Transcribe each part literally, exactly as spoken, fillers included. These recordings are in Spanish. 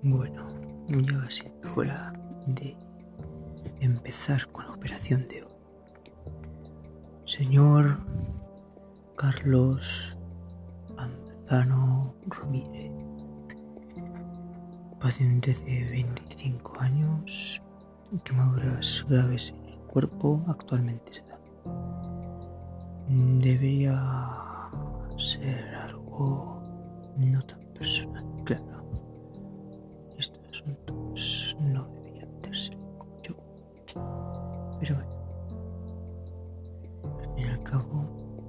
Bueno, ya va siendo hora de empezar con la operación de hoy. Señor Carlos Manzano Ramírez, paciente de veinticinco años, quemaduras graves en el cuerpo, actualmente sedado. Debería ser algo no tan personal, claro. Estos asuntos no deberían meterse como yo. Pero bueno, al fin y al cabo,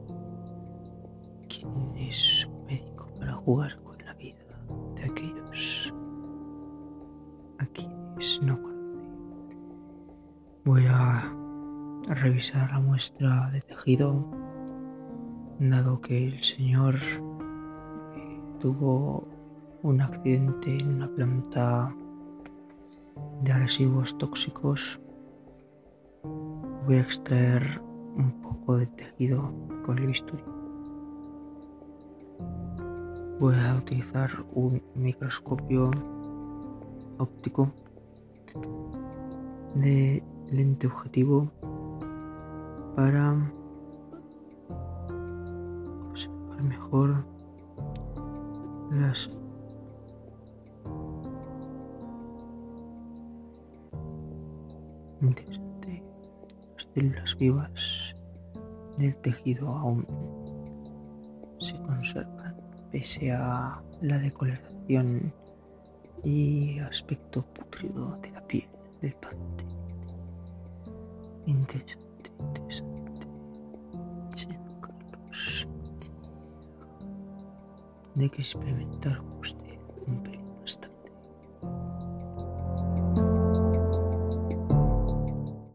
¿quién es un médico para jugar con la vida de aquellos a quienes no conoce? Voy a revisar la muestra de tejido, dado que el señor eh, tuvo un accidente en una planta de residuos tóxicos. Voy a extraer un poco de tejido con el bisturí. Voy a utilizar un microscopio óptico de lente objetivo para observar mejor las interesante, las células vivas del tejido aún se conservan pese a la decoloración y aspecto pútrido de la piel del paciente. Interesante, interesante. Señor Carlos, tendré que experimentar con usted.